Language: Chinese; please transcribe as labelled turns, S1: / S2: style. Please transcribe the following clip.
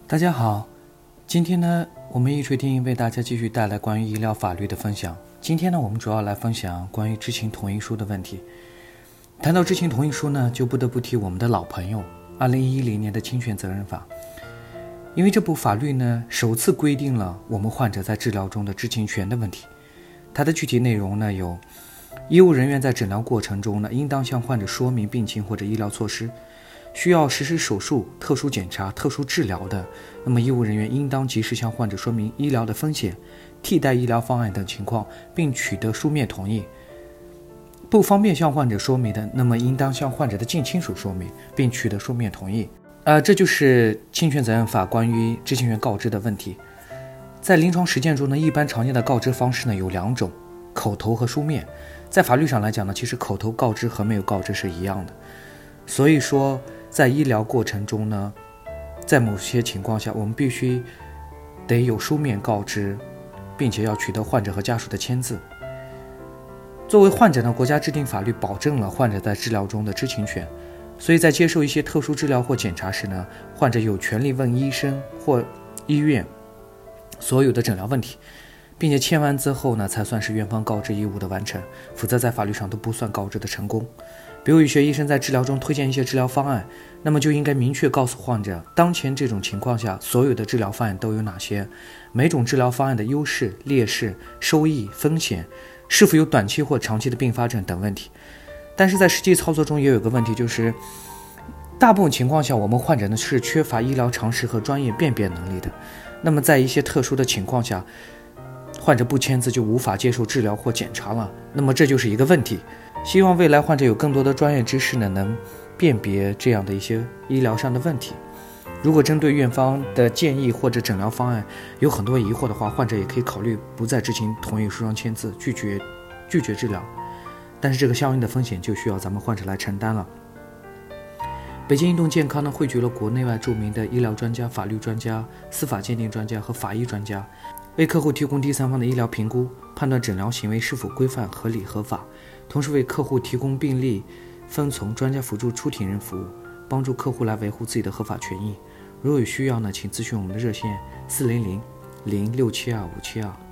S1: 大家好，今天呢，我们易锤听为大家继续带来关于医疗法律的分享。今天呢，我们主要来分享关于知情同意书的问题。谈到知情同意书呢，就不得不提我们的老朋友2010年的侵权责任法。因为这部法律呢，首次规定了我们患者在治疗中的知情权的问题。它的具体内容呢，有医务人员在诊疗过程中呢，应当向患者说明病情或者医疗措施。需要实施手术、特殊检查、特殊治疗的，那么医务人员应当及时向患者说明医疗的风险、替代医疗方案等情况，并取得书面同意。不方便向患者说明的，那么应当向患者的近亲属说明，并取得书面同意。这就是侵权责任法关于知情权告知的问题。在临床实践中呢，一般常见的告知方式呢有两种，口头和书面。在法律上来讲呢，其实口头告知和没有告知是一样的。所以说在医疗过程中呢，在某些情况下我们必须得有书面告知，并且要取得患者和家属的签字。作为患者呢，国家制定法律保证了患者在治疗中的知情权，所以在接受一些特殊治疗或检查时呢，患者有权利问医生或医院所有的诊疗问题，并且签完字后呢，才算是院方告知义务的完成，否则在法律上都不算告知的成功。比如有些医生在治疗中推荐一些治疗方案，那么就应该明确告诉患者，当前这种情况下所有的治疗方案都有哪些，每种治疗方案的优势、劣势、收益、风险，是否有短期或长期的并发症等问题。但是在实际操作中也有个问题，就是大部分情况下我们患者呢是缺乏医疗常识和专业辨别能力的，那么在一些特殊的情况下，患者不签字就无法接受治疗或检查了，那么这就是一个问题。希望未来患者有更多的专业知识呢，能辨别这样的一些医疗上的问题。如果针对院方的建议或者诊疗方案有很多疑惑的话，患者也可以考虑不在知情同意书上签字，拒绝治疗。但是这个相应的风险就需要咱们患者来承担了。北京运动健康呢，汇聚了国内外著名的医疗专家、法律专家、司法鉴定专家和法医专家，为客户提供第三方的医疗评估，判断诊疗行为是否规范、合理、合法，同时为客户提供病例分从、专家辅助出庭人服务，帮助客户来维护自己的合法权益。如果有需要呢，请咨询我们的热线400-0672-572。